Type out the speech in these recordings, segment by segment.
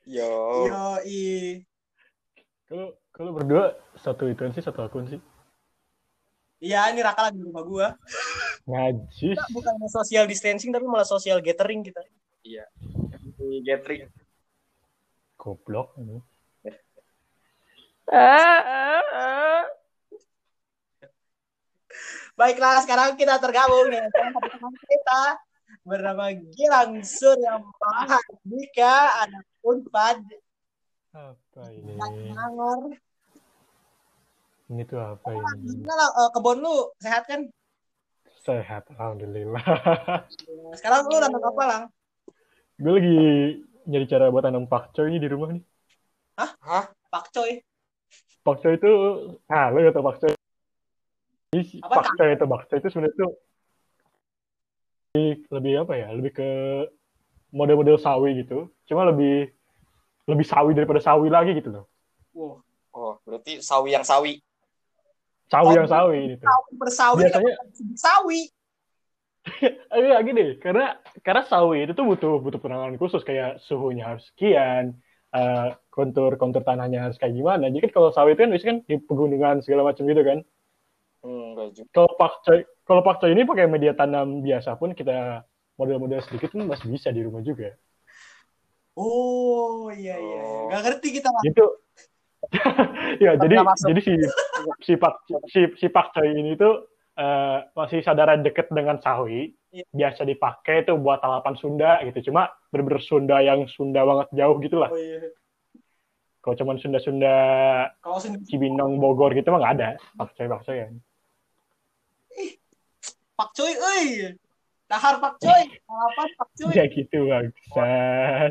Yo. Kalau berdua satu akun sih. Iya, ini Raka lagi di rumah gua. Najis. Kita bukan social distancing tapi malah social gathering kita. Iya. Di gathering. Goblok ini. Baiklah, sekarang kita tergabung dengan teman kita bernama Gilang Surya Mahardika, anak Unpad. Apa ini? Nangor. Ini tuh apa ini? Gimana kebun lu sehat kan? Sehat, alhamdulillah. Sekarang lu nanam apa, Lang? Gue lagi nyari cara buat tanam pakcoy ini di rumah nih. Hah? Pakcoy. Pakcoy itu, lo gak tau pakcoy. Pakcoy itu sebenarnya tuh lebih apa ya? Lebih ke model-model sawi gitu. Cuma lebih sawi daripada sawi lagi gitu loh. Wow. Oh, berarti sawi yang sawi. Sawi yang sawi ini tuh. Bersawi biasanya sawi. Agak gini, karena sawi itu tuh butuh penanganan khusus, kayak suhunya harus sekian, kontur tanahnya harus kayak gimana. Jadi kan kalau sawi itu kan biasanya kan di pegunungan segala macam gitu kan. Enggak juga. Kalau pakcoy ini pakai media tanam biasa pun kita model-model sedikit pun masih bisa di rumah juga. Oh iya. Gak ngerti kita lah. Gitu. Ya jadi si pakcoy ini tuh masih sadaran deket dengan sawi. Biasa dipakai tuh buat lalapan Sunda gitu. Cuma bener-bener Sunda yang Sunda banget jauh gitu lah. Oh iya. Kalau cuman Sunda Kalau Cibinong Bogor gitu mah nggak ada pakcoy ya. Pakcoy, dahar pakcoy, lalapan pakcoy. Ya gitu bangsat.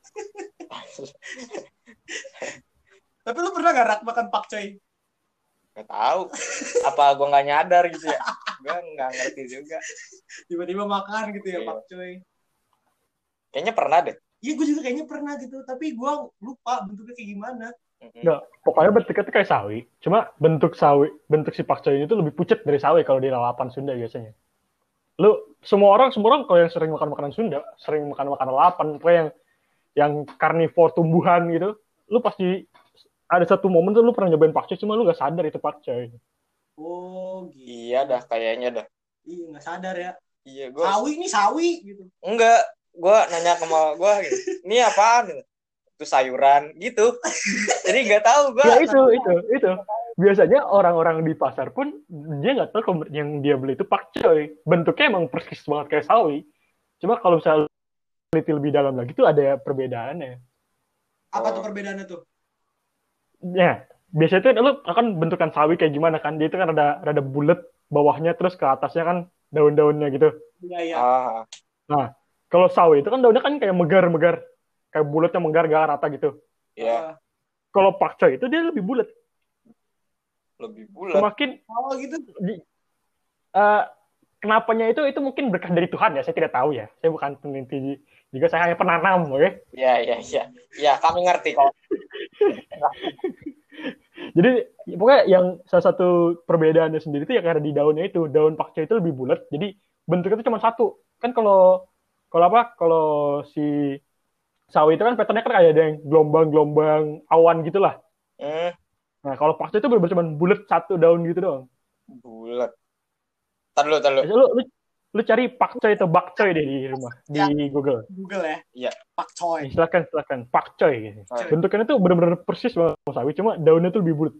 Tapi lu pernah gak makan pakcoy? Gak tahu. Apa gue nggak nyadar gitu ya? Gue nggak ngerti juga. Tiba-tiba makan gitu ya pakcoy. Kayaknya pernah deh. Iya, gue juga kayaknya pernah gitu. Tapi gue lupa bentuknya kayak gimana. Nggak, pokoknya bentuknya tuh kayak sawi. Cuma bentuk si pakcoy ini tuh lebih pucat dari sawi kalau di lalapan Sunda biasanya. Semua orang kalau yang sering makan makanan Sunda, sering makan lalapan, pokoknya yang karnivor tumbuhan gitu, lu pasti ada satu momen tuh lu pernah nyobain pakcoy, cuma lu gak sadar itu pakcoy. Oh gitu. Iya dah, kayaknya dah. Iya, gak sadar ya. Iya, sawi gitu. Enggak, gue nanya ke mama gue gitu, ini apaan gitu? Itu sayuran gitu. Jadi nggak tahu gue. Ya itu. Biasanya orang-orang di pasar pun dia nggak tahu kalau yang dia beli itu pakcoy. Bentuknya emang persis banget kayak sawi. Cuma kalau misalnya teliti lebih dalam lagi tuh ada perbedaannya. Apa tuh perbedaannya tuh? Ya, biasanya tuh lu akan bentukan sawi kayak gimana kan? Dia itu kan rada bulat bawahnya, terus ke atasnya kan daun-daunnya gitu. Iya. Nah, kalau sawi itu kan daunnya kan kayak megar, kayak bulatnya megar gak rata gitu. Iya. Kalau pakcoy itu dia lebih bulat. Semakin gitu. Kenapanya itu mungkin berkah dari Tuhan ya, saya tidak tahu ya. Saya bukan peneliti juga, saya hanya penanam, oke? Iya. Ya, kami ngerti kok. Jadi pokoknya yang salah satu perbedaannya sendiri itu ya karena di daunnya itu, daun pakcoy itu lebih bulat, jadi bentuknya itu cuma satu. Kan kalau si sawi itu kan patternnya kan kayak ada yang gelombang awan gitulah. Nah kalau pakcoy itu benar-benar cuma bulat satu daun gitu doang. Bulat. Tar lu. Lu cari pakcoy atau bakcoy deh di rumah ya. Di Google ya. Iya. Pakcoy. Silakan pakcoy gitu. Bentuknya tuh benar-benar persis banget sawi, cuma daunnya tuh lebih bulat.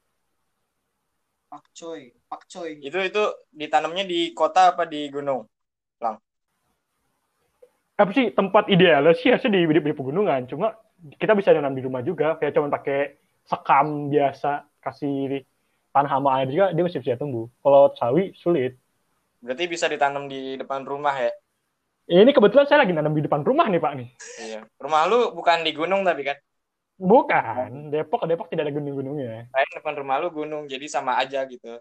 Pakcoy. Itu ditanamnya di kota apa di gunung? Lang. Apa sih tempat idealnya sih harusnya di pegunungan, cuma kita bisa nanam di rumah juga, kayak cuma pakai sekam biasa, kasih tanah sama air juga dia masih bisa tumbuh. Kalau sawi sulit. Berarti bisa ditanam di depan rumah ya? Ini kebetulan saya lagi nanam di depan rumah nih Pak nih. Iya. Rumah lu bukan di gunung tapi kan? Bukan. Depok tidak ada gunung-gunungnya. Depan rumah lu gunung, jadi sama aja gitu.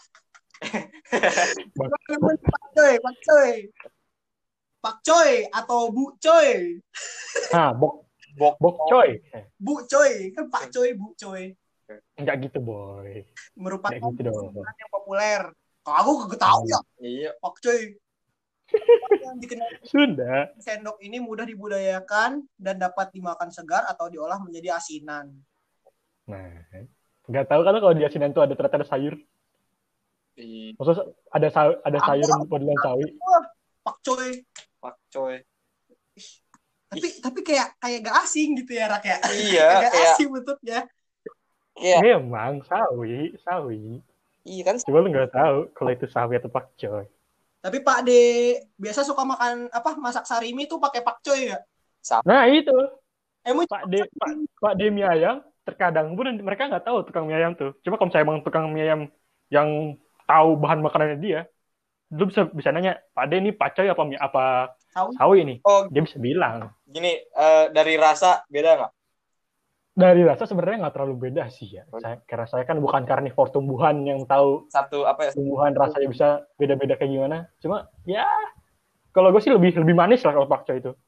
Pakcoy atau Bu Coy. Nah, Bok Coy. Bu Coy, kan Pak Coy, Bu Coy. Enggak gitu, boy. Merupakan gitu yang populer. Kalau aku gak tahu ya. Iya. Pakcoy. Yang dikenal Sunda. sendok ini mudah dibudidayakan dan dapat dimakan segar atau diolah menjadi asinan. Nah, nggak tahu kan kalau di asinan tuh ternyata ada sayur. Maksudnya ada sayur modelan sawi. Pakcoy. Pakcoy. Tapi kayak gak asing gitu ya, Rak ya. Iya, Gak kayak asing bentuknya. kayak Emang sawi. iya kan. Cuma lu nggak tahu kalau itu sawi atau pakcoy. Tapi Pak D biasa suka makan masak sarimi tuh pakai pakcoy ya? Nah itu Emang Pak D mie ayam terkadang pun mereka nggak tahu tukang mie ayam tuh. Cuma kalau saya emang tukang mie ayam yang tahu bahan makanannya dia, lu bisa nanya, Pak D ini pakcoy apa sawi ini? Oh, Dia bisa bilang. gini, dari rasa beda nggak? Dari rasa sebenarnya nggak terlalu beda sih ya. Karena saya kan bukan karnivor tumbuhan yang tahu Satu apa ya? tumbuhan rasanya bisa beda-beda kayak gimana. Cuma ya kalau gue sih lebih manis lah kalau pakcoy itu.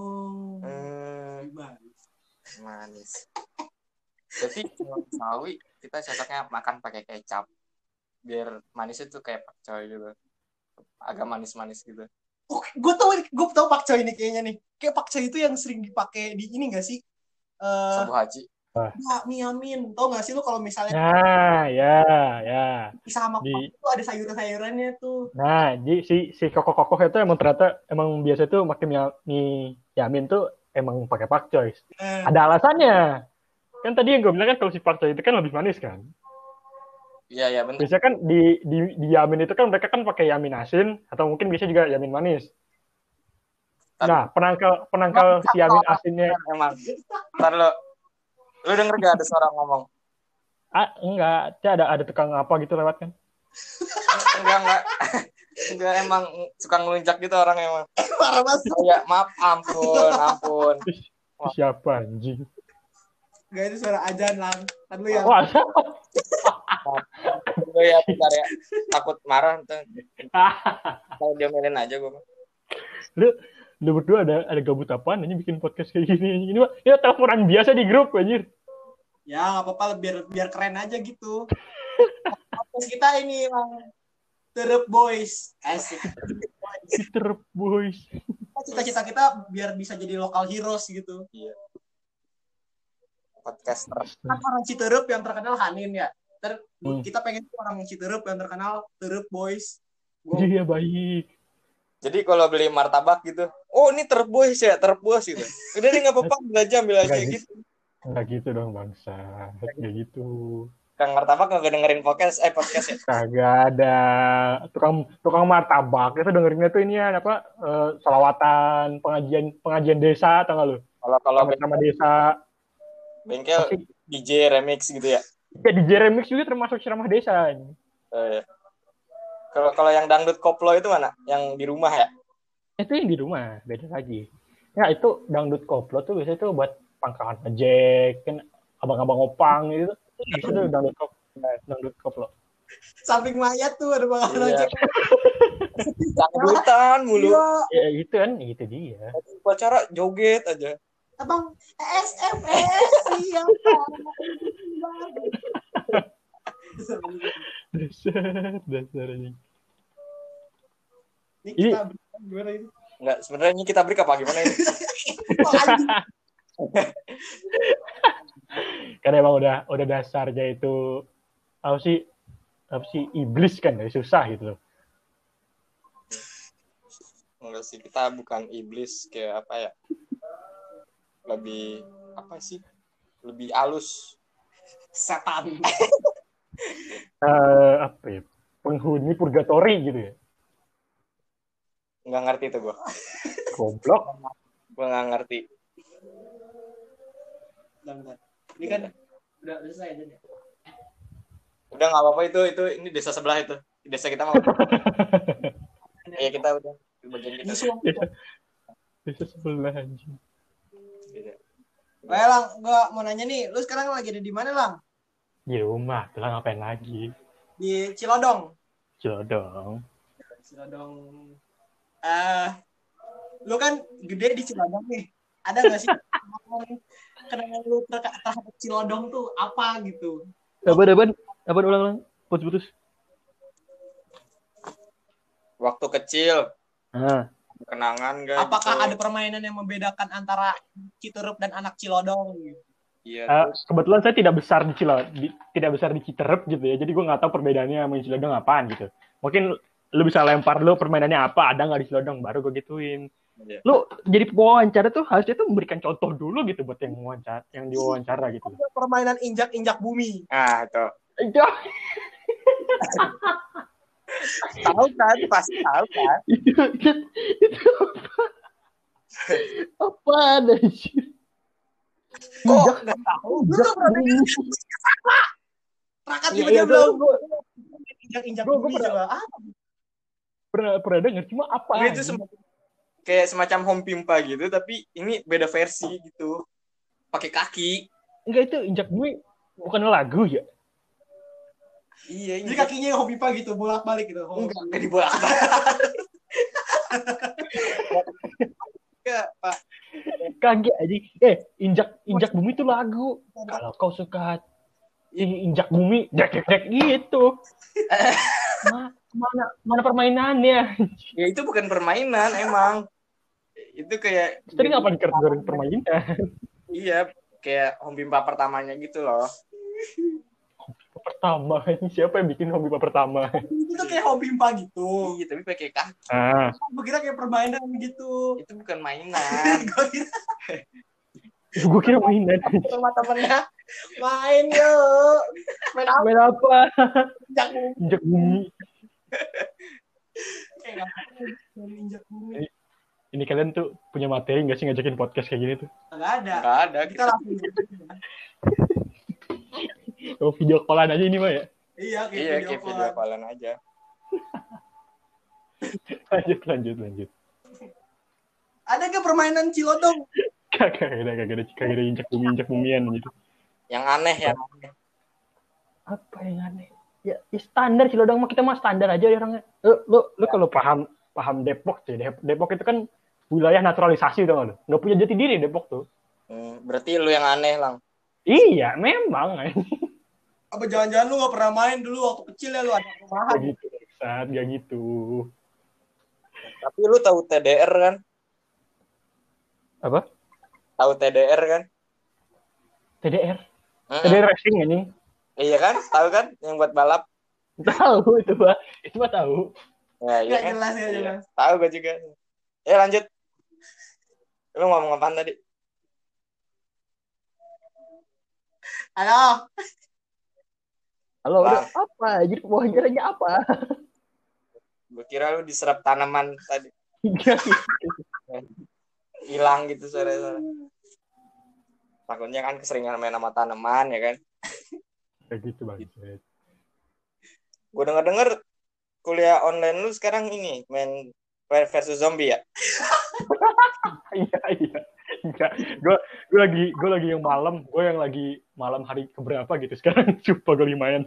Manis. Jadi kalau sawi kita cocoknya makan pakai kecap. Biar manisnya tuh kayak pakcoy gitu. Agak manis-manis gitu. gue tahu pakcoy ini kayaknya nih. Kayak pakcoy itu yang sering dipakai di ini nggak sih? Sabu haji. Mie amin. Tau nggak sih lu kalau misalnya Ya. pisah sama itu ada sayuran-sayurannya tuh. Nah, si kokoh-kokoh itu emang biasa tuh makin mie yamin tuh emang pakai pakcoy. Ada alasannya. Kan tadi yang gue bilang kan kalau si pakcoy itu kan lebih manis kan. Iya benar. Biasanya kan di yamin itu kan mereka kan pakai yamin asin atau mungkin bisa juga yamin manis. Nah, penangkal si yamin asinnya emang. Ntar lu denger gak ada suara ngomong? Enggak, ada tukang apa gitu lewat kan? Enggak, emang suka ngelunjak gitu orang emang. Parah banget. Oh ya, maaf, ampun. Siapa anjing? Gak itu suara ajan lang. Kan lu yang Lu ya bentar ya. Takut marah ntar. Kalau diomelin aja gue. Lu berdua ada gabut apaan ini bikin podcast kayak gini? Ini mah ya teleponan biasa di grup anjir. Ya nggak apa-apa biar keren aja gitu. Podcast kita ini Lang Terep Boys. Asik. Terep Boys. Cita-cita kita biar bisa jadi local heroes gitu. Iya. Podcaster. Kan orang Citerep yang terkenal Hanin ya. Kita pengen orang Citerep yang terkenal Terep Boys. Iya baik. Jadi kalau beli martabak gitu, oh ini terbuas gitu. Udah deh nggak apa-apa, ambil aja gitu. Nggak gitu dong bangsa, kayak gitu. Kang martabak nggak dengerin podcast ya? Kagak ada tukang martabak itu dengerinnya tuh ini apa selawatan pengajian desa atau nggak lu? Kalau nama desa. Bengkel DJ remix gitu ya? Ya DJ remix juga termasuk ceramah desa. Iya. Kalau yang dangdut koplo itu mana? Yang di rumah ya? Itu yang di rumah, beda lagi. Ya itu dangdut koplo tuh biasanya tuh buat pangkalan ojek, kan abang-abang opang gitu. Bisa tuh dangdut koplo. Samping mayat tuh ada pangkalan ojek. Dangdutan mulu. Ya itu kan, itu dia. Upacara joget aja. Abang SMS siapa? Dasar ini. Ini kita gimana ini? Enggak, sebenarnya ini kita break apa gimana ini? Karena emang udah dasarnya itu apa sih iblis kan, susah gitu loh. Enggak sih, kita bukan iblis kayak apa ya? Lebih apa sih? Lebih halus. Setan. Apa ya? Penghuni purgatori gitu ya. Nggak ngerti tuh gue. Goblok. Gue nggak ngerti. Bentar. Ini kan udah selesai aja ya. Udah nggak apa-apa itu ini desa sebelah itu. Desa kita mau. Iya kita udah bagian kita. Desa sebelah anjing. Lang, gue mau nanya nih, lu sekarang lagi ada di mana, Lang? Di rumah, tuh ngapain lagi? Di Cilodong. Cilodong. Lu kan gede di Cilodong nih. Ada nggak sih kenangan lu terhadap Cilodong tuh apa gitu? Apa ulang putus. Waktu kecil Nah, Kenangan gak? Apakah gitu? ada permainan yang membedakan antara Citerup dan anak Cilodong? Iya. Terus kebetulan saya tidak besar di Citerep gitu ya. Jadi gue nggak tahu perbedaannya sama Cilodong apaan gitu. Mungkin lu bisa lempar lu permainannya apa, ada nggak di Cilodong, baru gue gituin. iya. Lu jadi wawancara tuh harusnya tuh memberikan contoh dulu gitu buat yang wawancara, yang diwawancara gitu. Ada permainan injak-injak bumi. Ah, itu. Itu Tahu kan? Pasti tahu kan? itu apa ada sih? Kok nggak tahu? Lu tuh pernah dengar Raka tiba-tiba bilang injak-injak Gua bumi pernah- coba. pernah denger, cuma apa? Ini itu kayak semacam home pimpa gitu, tapi ini beda versi gitu. Pakai kaki. Enggak, itu injak bumi bukan lagu ya? Iya, Jadi kakinya yang hobi pak gitu, bolak-balik gitu. enggak dibolak. Enggak, Pak. Kaget aja. Injak bumi itu lagu. Kalau kau suka injak bumi, jek gitu. Mana permainannya? Ya itu bukan permainan emang. Itu kayak Tadi ngapa dikategorikan permainan? iya, kayak home pimpa pertamanya gitu loh. Pertama, ini siapa yang bikin hobi pertama? Itu tuh kayak hobi pak gitu. Iya, tapi pakai kaki. Gue kira kayak permainan gitu. Itu bukan mainan. Gue kira Gue kira mainan. sama temennya main yuk. Main apa? Main apa? Injak bumi. Injak bumi. Kayak ngapain injak bumi. Ini kalian tuh punya materi nggak sih ngajakin podcast kayak gini tuh? Nggak ada. Enggak ada. Kita langsung. Oh, video callan aja ini mah ya. Iya, Kayak video callan aja. Lanjut. Ada nggak permainan Cilodong? Kagak ada injak bumian gitu. Yang aneh ya. Apa yang aneh? Ya standar Cilodong mah, kita mah standar aja ya orangnya. Lu kalau paham Depok sih. Depok itu kan wilayah naturalisasi tuh kan. Nggak punya jati diri Depok tuh. Berarti lu yang aneh, Lang. Iya, memang. Apa jangan-jangan lu nggak pernah main dulu waktu kecil ya lu ada rumahan? Gak gitu, saat gak gitu. Tapi lu tahu TDR kan? Apa? Tahu TDR kan? TDR? TDR racing ini? Iya kan? Tahu kan? Yang buat balap? Tahu itu mah. Itu mah tahu. Ya, iya Nggak kan? jelas ya Iya. jelas. Tahu gue juga. Ya lanjut. Lu ngomong apaan tadi? Halo. Halo, Bang. udah apa? Jadi wawancaranya apa? Gue kira lu diserap tanaman tadi. Hilang gitu sore-sore. Takutnya kan keseringan main sama tanaman ya kan. Kayak gitu Bang. Gue denger kuliah online lu sekarang ini main versus zombie ya? Iya. Enggak. Gue lagi yang malam. Gue yang lagi malam hari keberapa gitu sekarang. Coba gue lumayan.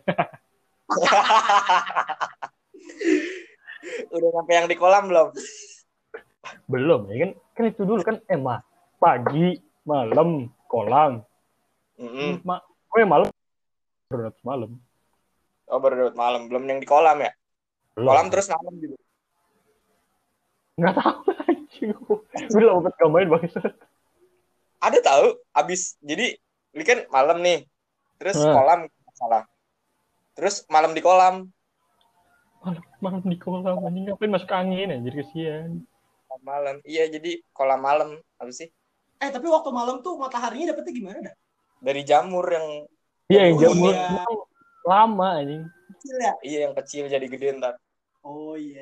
Udah sampai yang di kolam belum? Belum ya kan itu dulu kan pagi, malam, kolam. Gue yang malam baru dapat malam. Oh baru dapat malam, belum yang di kolam ya? Belum. Kolam terus malam gitu. Nggak tahu anjing. Gue lama banget gak main bangsa. Ada tahu abis jadi ini kan malam nih. Terus kolam salah. Terus malam di kolam. Malam di kolam anjing, ngapain masuk angin anjir, kesian. Malam. Iya, jadi kolam malam apa sih? Tapi waktu malam tuh mataharinya dapetnya gimana dah? Dari jamur yang Iya, yang jamur iya. lama anjing. Kecil ya? Iya, yang kecil jadi gede ntar. Oh iya.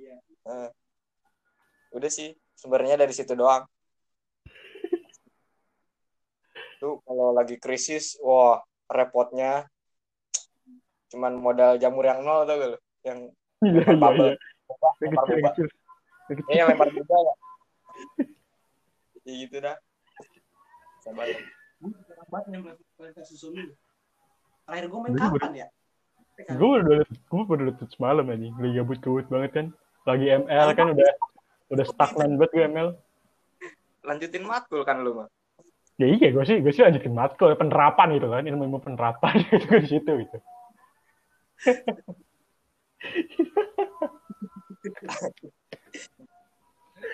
Udah sih, sumbernya dari situ doang. Tuh kalau lagi krisis, wah repotnya cuman modal jamur yang nol tuh gitu. Yang Iya. lempar boba. Iya, lempar boba ya. Ya gitu dah. Sabar. Terakhir gue main kapan ya? Gue baru datang semalam anjing. Lagi gabut banget kan. Lagi ML kan udah stagnan banget gue ML. Lanjutin matkul kan lu mah. Ya iya, gue sih lanjutin matkul penerapan gitu kan, ilmu penerapan gitu di situ gitu.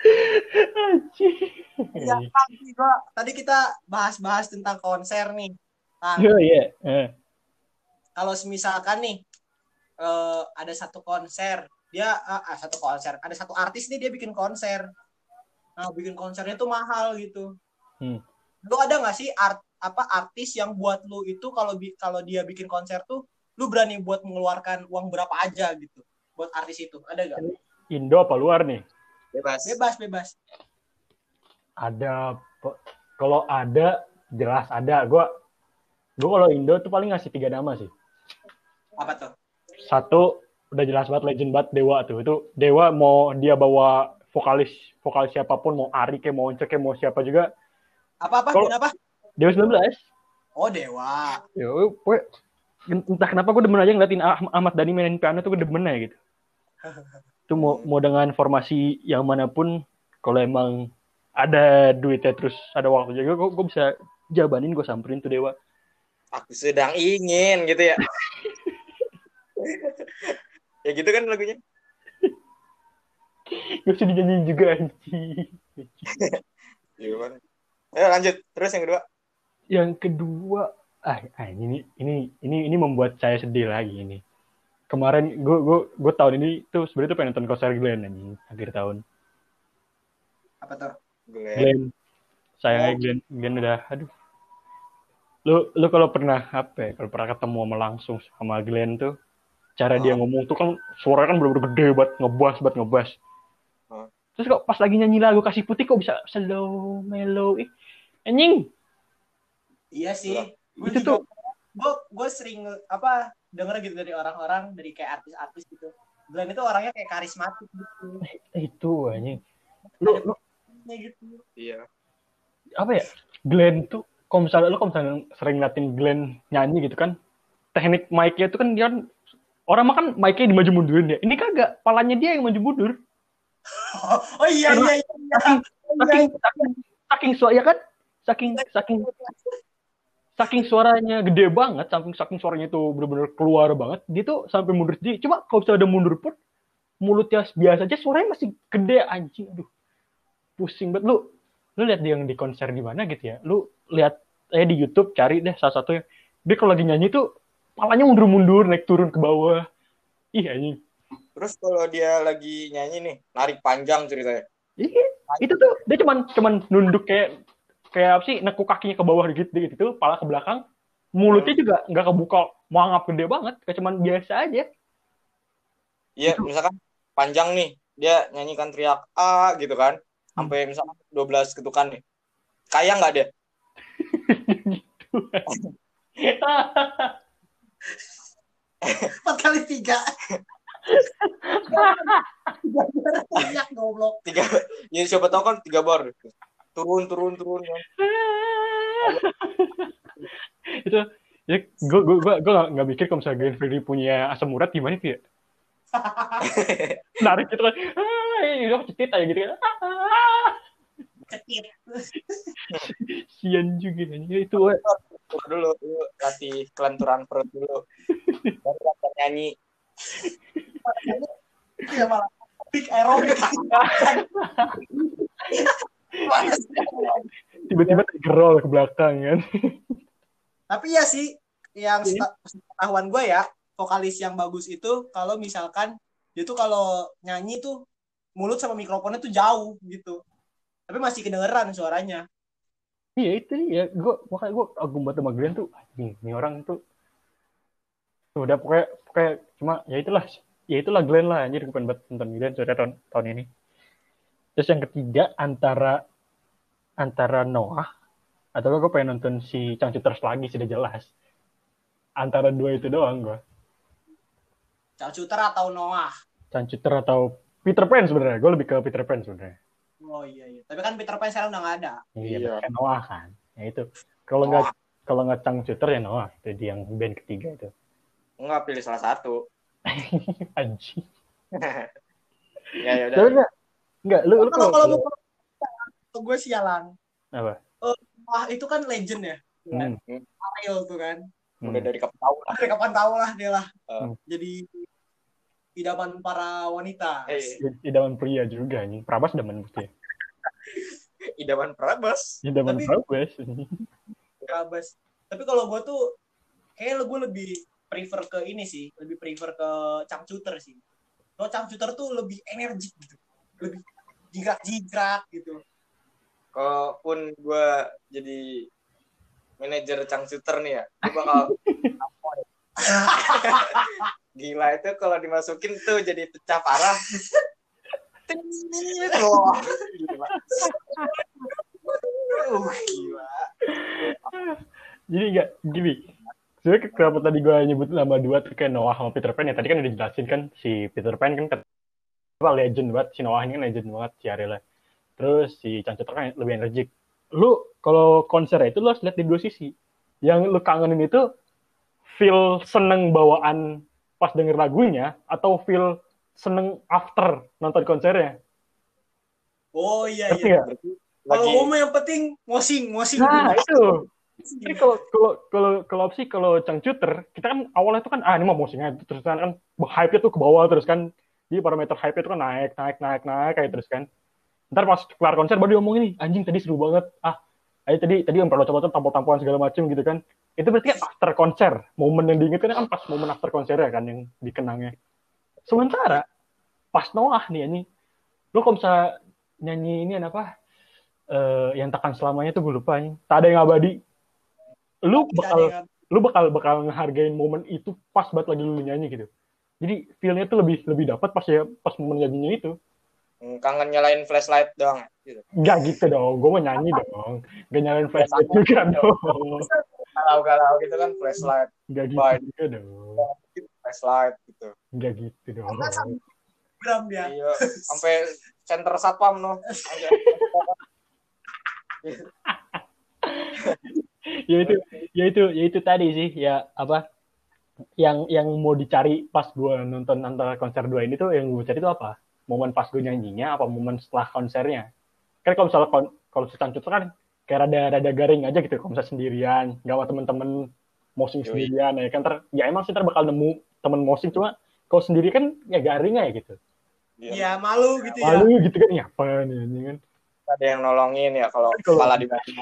Ya, tadi kita bahas-bahas tentang konser nih. Nah, Oh iya. kalau misalkan nih ada satu konser, satu konser, ada satu artis nih dia bikin konser. Nah, bikin konsernya tuh mahal gitu. Lu ada nggak sih artis yang buat lu itu kalau dia bikin konser tuh lu berani buat mengeluarkan uang berapa aja gitu buat artis itu? Ada nggak? Indo apa luar nih? Bebas. Ada, kalau ada jelas ada. Gue kalau Indo tuh paling ngasih 3 nama sih. Apa tuh? Satu udah jelas banget, legend banget, Dewa tuh. Itu Dewa, mau dia bawa vokalis siapapun, mau Ari kayak mau Once kayak mau siapa juga. Kenapa? Dewa 19. Oh, Dewa. Ya, entah kenapa gue demen aja ngeliatin Ahmad Dhani mainin piano tuh, gue demen aja gitu. Itu mau dengan formasi yang manapun, kalau emang ada duitnya terus ada waktu juga, gue bisa jabanin, gue samperin tuh Dewa. Aku sedang ingin gitu ya. Ya gitu kan lagunya. Gak bisa dinyanyiin juga anjing. Gimana? Ayo lanjut. Terus yang kedua. Yang kedua, ini membuat saya sedih lagi ini. Kemarin gue tahun ini tuh sebenarnya tuh pengen nonton konser Glenn anjing akhir tahun. Apa tuh? Glenn. Sayangnya Glenn udah, aduh. Lu kalau pernah ketemu sama langsung sama Glenn tuh, cara dia ngomong tuh kan suaranya kan bener-bener gede banget, ngebas. Terus kok pas lagi nyanyi lagu Kasih Putih kok bisa slow, mellow, anjing. Iya sih. Gue sering denger gitu dari orang-orang, dari kayak artis-artis gitu. Glenn itu orangnya kayak karismatik gitu. Itu anjing. Lu gitu. Iya. Apa ya? Glenn tuh kalau misalnya sering ngeliatin Glenn nyanyi gitu kan, teknik mic-nya itu kan dia orang makan mic-nya dimaju mundurin ya. Ini kagak, palanya dia yang maju mundur. Oh iya. Saking suara ya kan? Saking suaranya gede banget, saking suaranya tuh benar-benar keluar banget, dia tuh sampai mundur sendiri. Cuma kalau misalnya ada mundur pun, mulutnya biasa aja suaranya masih gede anjing. Aduh, pusing banget. Lu lihat dia yang di konser di mana gitu ya. Lu lihat di YouTube, cari deh salah satunya. Dia kalau lagi nyanyi tuh palanya mundur-mundur, naik turun ke bawah. Ih anjing. Terus kalau dia lagi nyanyi nih, narik panjang ceritanya. Iya, itu tuh dia cuman nunduk kayak apa sih, nekuk kakinya ke bawah gitu, pala ke belakang, mulutnya juga nggak kebuka, mangap gede banget, kayak cuman biasa aja. Iya, misalkan panjang nih, dia nyanyikan teriak A gitu kan, sampai misalkan 12 ketukan nih. Kayak nggak dia? Gitu. 4x3. Banyak goblok. 3. Ya siapa tahu kan 3 bar. Turun. Itu ya, gue nggak mikir kalau misalnya Glenn Fredly punya asam urat gimana sih ya. Narik gitu kan, ini cetit aja gitu kan. Cetit. Sian juga ya itu. Dulu latih kelenturan perut dulu. Baru nyanyi. Ya malah big aerobic. Tiba-tiba gerol ke belakang kan. Tapi ya sih, yang pengetahuan gue ya, vokalis yang bagus itu kalau misalkan dia tuh kalau nyanyi tuh mulut sama mikrofonnya tuh jauh gitu, tapi masih kedengeran suaranya. Iya itu ya, makanya gue agum banget sama Glenn tuh. Ini orang tuh udah pokoknya cuma ya itulah Glenn lah, anjir. Gue pengen banget nonton Glenn sudah tahun ini. Terus yang ketiga antara Noah atau gue pengen nonton si Changcuters lagi, sudah jelas. Antara dua itu doang gue. Changcuter atau Noah? Changcuter atau Peter Pan sebenarnya. Gue lebih ke Peter Pan sebenarnya. Oh iya. Tapi kan Peter Pan sekarang udah nggak ada. Iya. Kayak Noah kan. Ya itu. Kalau nggak Changcuter ya Noah. Itu di yang band ketiga itu. Enggak, pilih salah satu. Anjing. Ya udah. Enggak, lu kalau gue sialan. Apa? Wah, itu kan legend ya. Ariel tuh kan. Udah dari kapan tahu lah. Dari kapan tahu lah dia lah. Jadi idaman para wanita. Idaman pria juga nih. Prabas demen putih. Idaman Prabas. Idaman Tapi- Prabas. Prabas. Tapi kalau gue tuh kayak gue lebih prefer ke ini sih, lebih prefer ke Changcuter sih. Kalau Changcuter tuh lebih energik gitu, lebih jigrak-jigrak gitu. Kalaupun gue jadi manajer Changcuter nih ya, gue bakal gila itu kalau dimasukin tuh jadi pecah parah. Wah, gila. Gila. Jadi nggak gini. Sebenarnya kenapa tadi gue nyebut nama dua tuh kayak Noah sama Peter Pan ya. Tadi kan udah dijelasin kan si Peter Pan kan legend banget, si Noah ini kan legend banget si Ariel. Terus si Changcuter kan lebih energik. Lu kalau konser itu lu harus lihat di dua sisi. Yang lu kangenin itu feel seneng bawaan pas denger lagunya atau feel seneng after nonton konsernya. Oh iya Ngerti iya. nggak? Kalau Lagi gue mah yang penting mosing. Nah itu. Jadi kalau opsi kalau Changcuter kita kan awalnya itu kan ini mah musiknya terus kan hype-nya tuh ke bawah terus kan. Jadi parameter hype-nya itu kan naik kayak terus kan. Ntar pas kelar konser baru diomongin nih, anjing tadi seru banget. Tadi yang perlu coba tampil-tampilan segala macam gitu kan. Itu berarti kan after konser. Momen yang diingetkan kan pas momen after konsernya kan yang dikenangnya. Sementara pas Noah nih ini lu kalau bisa nyanyi ini apa? Yang takkan selamanya tuh gue lupa nih. Tak ada yang abadi. Lu bakal ngehargain momen itu pas banget lagi lu nyanyi gitu. Jadi feel-nya tuh lebih dapat pas momen nyanyinya itu. kangen nyalain flashlight doang gitu. Enggak gitu dong, gue mau nyanyi dong. Gak nyalain flashlight juga dong. Galau-galau gitu kan flashlight. Enggak gitu juga dong. Flashlight gitu. Enggak gitu dong. gram dia. Iya, sampai center satpam no. ya itu tadi sih ya apa yang mau dicari pas gue nonton antara konser dua ini tuh yang gue cari itu apa momen pas gue nyanyinya apa momen setelah konsernya kan kalau misalnya kalau Changcuter kan kayak rada garing aja gitu kalau misalnya sendirian nggak sama temen-temen mosing sendirian ya kan ya emang sih bakal nemu temen mosing cuma kalau sendiri kan ya garing aja gitu Iya malu gitu ya malu gitu kan ya apa nih kan ada yang nolongin ya kalau kepala di bawah.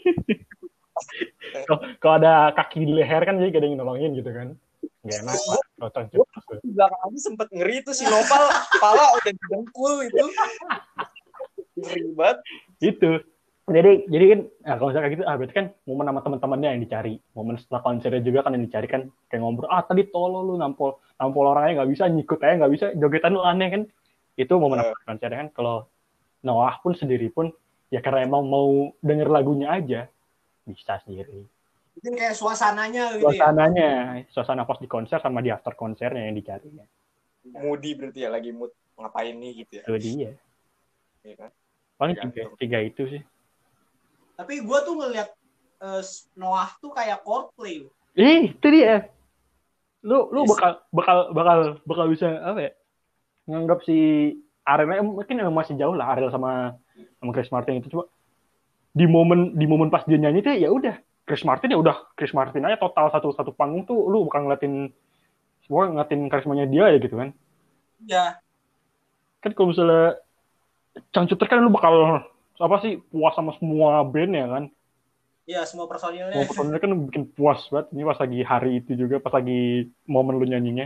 Kalau ada kaki di leher kan jadi gak ada yang nolongin gitu kan. Gak enak Pak. Di belakang aja sempet ngeri tuh si Nopal kepala udah didengkul itu. Ngeri banget. Itu. Jadi kan kalau misalnya kayak gitu berarti kan momen sama teman-temannya yang dicari. Momen setelah konsernya juga kan yang dicari kan kayak ngobrol tadi tolol lu nampol orangnya nggak bisa nyikut aja nggak bisa jogetan lu aneh kan. Itu momen apa konsernya kan kalau Noah pun sendiri pun ya karena emang mau denger lagunya aja bisa sendiri. Mungkin kayak suasananya gitu Suasana pas di konser sama di after konsernya yang dicari ya. Moody berarti ya lagi mood ngapain nih gitu ya. Itu dia. Iya kan? Paling tiga itu sih. Tapi gue tuh ngeliat Noah tuh kayak Coldplay. Itu dia. Lu bakal bisa apa ya? Nganggap si Ariel mungkin masih jauh lah Ariel sama Chris Martin itu coba di momen pas dia nyanyi tuh ya udah Chris Martin aja total satu panggung tuh lu bakal ngeliatin karismanya dia ya gitu kan. Iya. Kan kalau misalnya Changcuter kan lu bakal apa sih puas sama semua band ya kan. Iya semua personilnya. Semua personilnya kan bikin puas banget. Ini pas lagi hari itu juga pas lagi momen lu nyanyinya.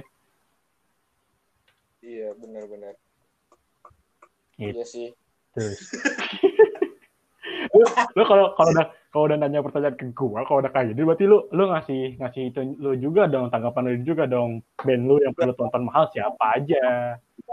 Iya benar-benar. Gitu. Iya sih. Terus. lu kalau udah nanya pertanyaan ke gua kalau udah kayak gitu berarti lu ngasih itu lu juga dong tanggapan lu juga dong band lu yang perlu tonton mahal siapa aja.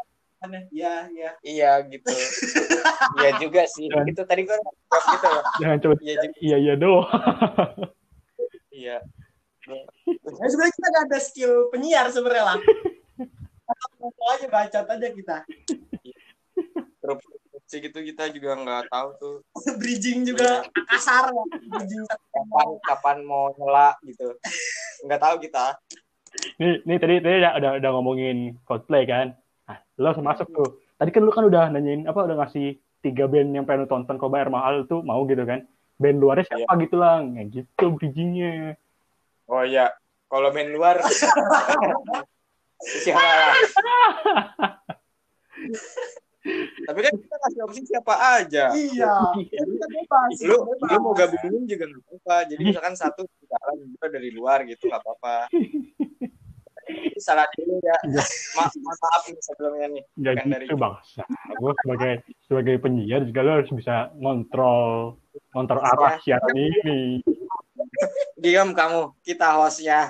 Iya gitu. Iya juga sih. Itu tadi gua gitu loh. Jangan coba iya doang. Iya. Nah, sebenarnya kita gak ada skill penyiar sebenarnya lah. Kita aja bacot aja kita. Terus gitu kita juga nggak tahu tuh. Bridging juga kasar ya. Bridging kapan mau nyela gitu. Nggak tahu kita. Nih tadi udah ngomongin Coldplay kan. Nah, lo langsung masuk tuh. Tadi kan lu kan udah nanyain udah ngasih 3 band yang pengen lu tonton kalau bayar mahal tuh mau gitu kan. Band luarnya siapa gitu lang. Ya gitu bridgingnya. Oh iya, kalau band luar Siapa lah. Tapi kan kita kasih opsi siapa aja. Iya. Jadi kan bebas. Lu mau gabungin juga nggak apa-apa. Jadi misalkan satu di dalam, dua dari luar gitu nggak apa-apa. Salah dulu ya. Maaf nih sebelumnya nih. Ya Bukan dari gitu bangsa. Gue sebagai penyiar juga lo harus bisa ngontrol arah siaran ini. diam kamu. Kita hostnya.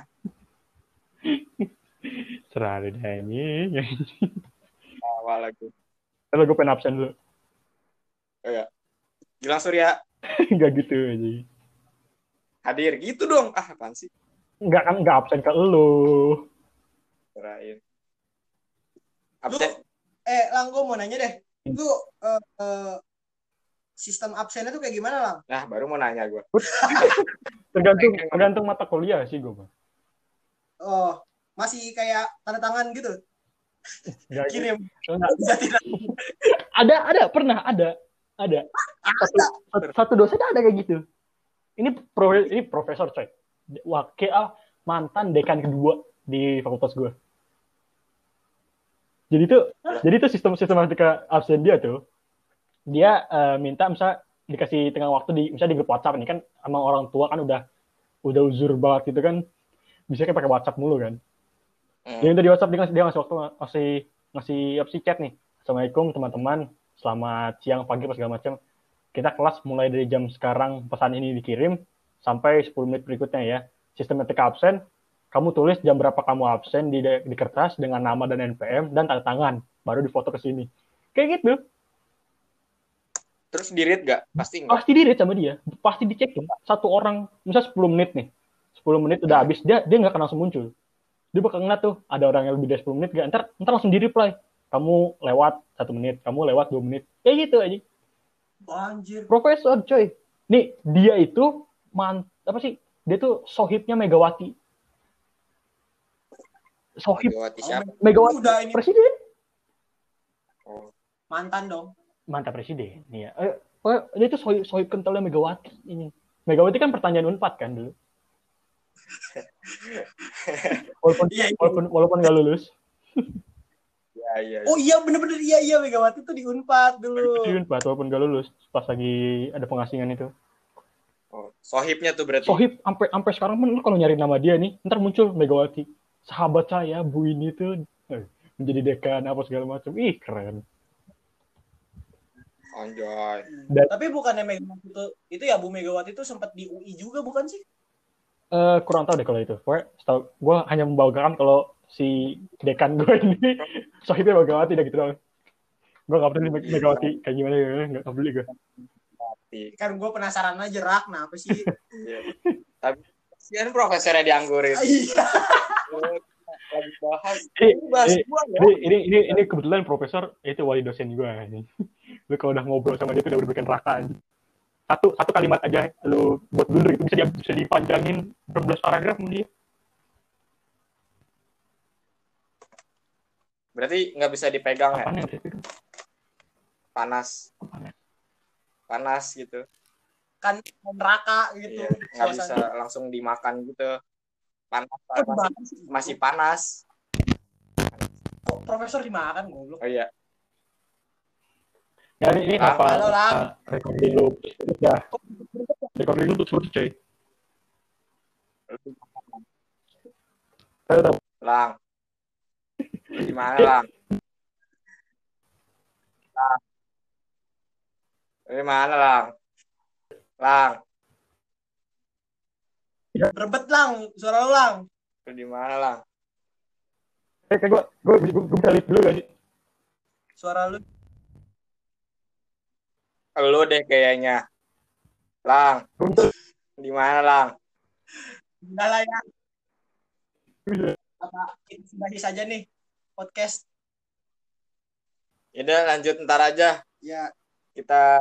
Serah deh ini. Awal lagi. Kalau gue pengen absen dulu. Oh ya. Gilang Surya Enggak gitu aja. hadir gitu dong. Apaan sih? Enggak absen ke lu. Terakhir. Lu, Absen. Lang, gue mau nanya deh. Lu sistem absennya tuh kayak gimana, Lang? Nah, baru mau nanya gue. Tergantung mata kuliah sih gue. Oh, masih kayak tanda tangan gitu. Enggak, Kirim. enggak. Ada, pernah ada. Satu dosen ada kayak gitu. Ini profesor coy. Wakil mantan dekan kedua di fakultas gue. Jadi tuh sistematika absen dia tuh, dia minta misalnya dikasih tengah waktu misalnya di grup WhatsApp ini kan sama orang tua kan udah uzur banget gitu kan, bisa kan pakai WhatsApp mulu kan. Dia minta di WhatsApp dia ngasih waktu ngasih opsi chat nih. Assalamualaikum teman-teman, selamat siang, pagi, segala macam. Kita kelas mulai dari jam sekarang pesan ini dikirim sampai 10 menit berikutnya ya. Sistematika absen, kamu tulis jam berapa kamu absen di kertas dengan nama dan NPM dan tanda tangan, baru difoto ke sini. Kayak gitu. Terus di-read nggak? Pasti nggak? Pasti di-read sama dia. Pasti dicek tuh. Satu orang, misalnya 10 menit nih. 10 menit udah habis, dia nggak akan langsung muncul. Dia bakal ngeliat tuh, ada orang yang lebih dari 10 menit gak? Ntar langsung di-reply. Kamu lewat 1 menit, kamu lewat 2 menit. Kayak gitu aja. Anjir. Profesor coy. Nih, dia itu dia tuh sohibnya Megawati. Sohib Megawati siapa? Megawati Udah ini presiden. Oh. mantan dong. Mantan presiden. Iya. Dia tuh sohib kentalnya Megawati ini. Megawati kan pertanyaan Unpad kan dulu. Walaupun nggak lulus. Iya. Oh iya bener-bener iya Megawati tuh di Unpad dulu. Di Unpad walaupun nggak lulus pas lagi ada pengasingan itu. Oh, sohibnya tuh berarti. Sohib sampai sekarang pun kalau nyari nama dia nih, ntar muncul Megawati. Sahabat saya Bu ini tuh menjadi dekan apa segala macam. Ih keren. Anjay. Tapi bukannya Megawati itu ya Bu Megawati itu sempat di UI juga bukan sih? Kurang tahu deh kalau itu. Gue hanya membawakan kalau si dekan gue ini sohibnya Megawati udah gitu doang. Gue nggak peduli Megawati kayak gimana ya, nggak peduli gue. Kan gue penasaran aja Rak, nah apa sih? Tapi kan profesornya dianggurin. Iya. Lagi bahas. Ini kebetulan profesor itu wali dosen gue. Lu kalau udah ngobrol sama dia tuh udah berbikin raka. Satu kalimat aja lu buat blunder itu bisa dipanjangin berbelas paragraf sama dia. Berarti nggak bisa dipegang ya? Panas gitu. Kan neraka gitu. Iya, nggak bisa langsung dimakan gitu. Panas. Masih panas. Kok profesor dimakan goblok? Oh iya. Ya ini apa? Halo, Lang. Recording lu. Ya. Recording lu tuh seperti coy. Lang. Gimana Lang? Gimana Lang? Lang. Rebet Lang, suara lu Lang. Di mana Lang? Kayak gue bisa lihat dulu gak sih? Suara lu. Lu deh kayaknya. Lang. Di mana Lang? Enggak lah ya. Apa kita sudahi saja nih podcast. Udah lanjut ntar aja. Ya. Kita